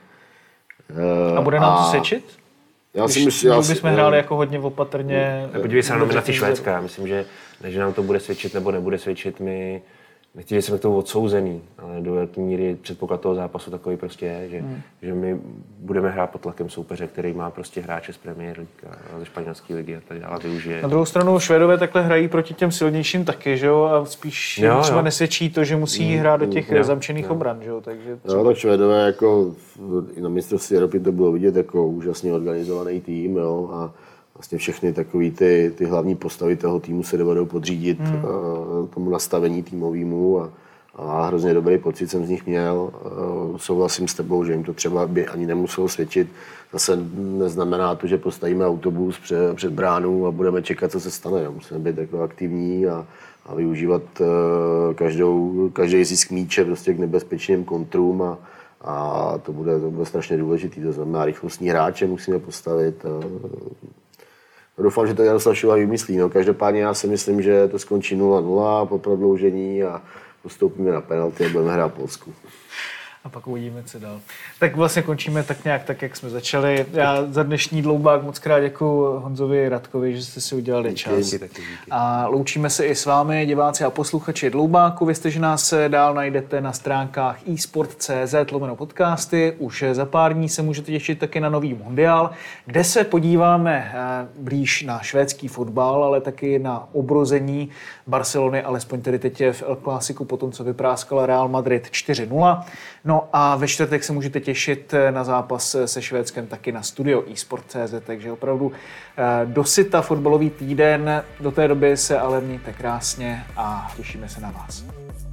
A bude nám a... to svědčit? Já si myslím, že bychom hráli jako hodně opatrně. Podívej se na nominaci Švédska. Já myslím, že, že nám to bude svědčit nebo nebude svědčit, my nechci, že jsme k tomu odsouzený, ale do velké míry předpoklad toho zápasu takový prostě je, že, hmm. že my budeme hrát pod tlakem soupeře, který má prostě hráče z Premier League a ze španělské ligy a tak dále využije. Na druhou stranu Švédové takhle hrají proti těm silnějším taky, že jo, a spíš jo, třeba jo. nesvědčí to, že musí hmm. hrát do těch jo. zamčených jo. obran, že jo, takže třeba... No tak Švédové jako i na mistrovství Evropy to bylo vidět jako úžasně organizovaný tým, jo, a vlastně všechny takové ty, ty hlavní postavy toho týmu se dovedou podřídit hmm. uh, tomu nastavení týmovému a, a hrozně dobrý pocit jsem z nich měl. Uh, souhlasím s tebou, že jim to třeba by ani nemuselo svědčit. Zase neznamená to, že postavíme autobus před, před bránu a budeme čekat, co se stane. Jo. Musíme být jako aktivní a, a využívat uh, každou, každý zisk míče prostě k nebezpečným kontrům a, a to bude, to bude strašně důležitý. To znamená, rychlostní hráče musíme postavit. Uh, Doufám, že to Jaroslav Šilha vymyslí. No, každopádně já si myslím, že to skončí nula nula po prodloužení a postoupíme na penalty a budeme hrát Polsku. A pak uvidíme, co dál. Tak vlastně končíme tak nějak tak, jak jsme začali. Já za dnešní dloubák moc krát děkuji Honzovi Radkovi, že jste si udělali čas. A loučíme se i s vámi, diváci a posluchači Dloubáku. Vězte, že nás dál najdete na stránkách e-sport tečka cé zet lomeno podcasty. Už za pár dní se můžete těšit taky na nový mundiál, kde se podíváme blíž na švédský fotbal, ale taky na obrození Barcelony, alespoň tedy teď v El Clásiku, po tom, co vypráskal Real Madrid čtyři nula. No a ve čtvrtek se můžete těšit na zápas se Švédskem taky na studio e-sport tečka cé zet, takže opravdu dosyta fotbalový týden. Do té doby se ale mějte krásně a těšíme se na vás.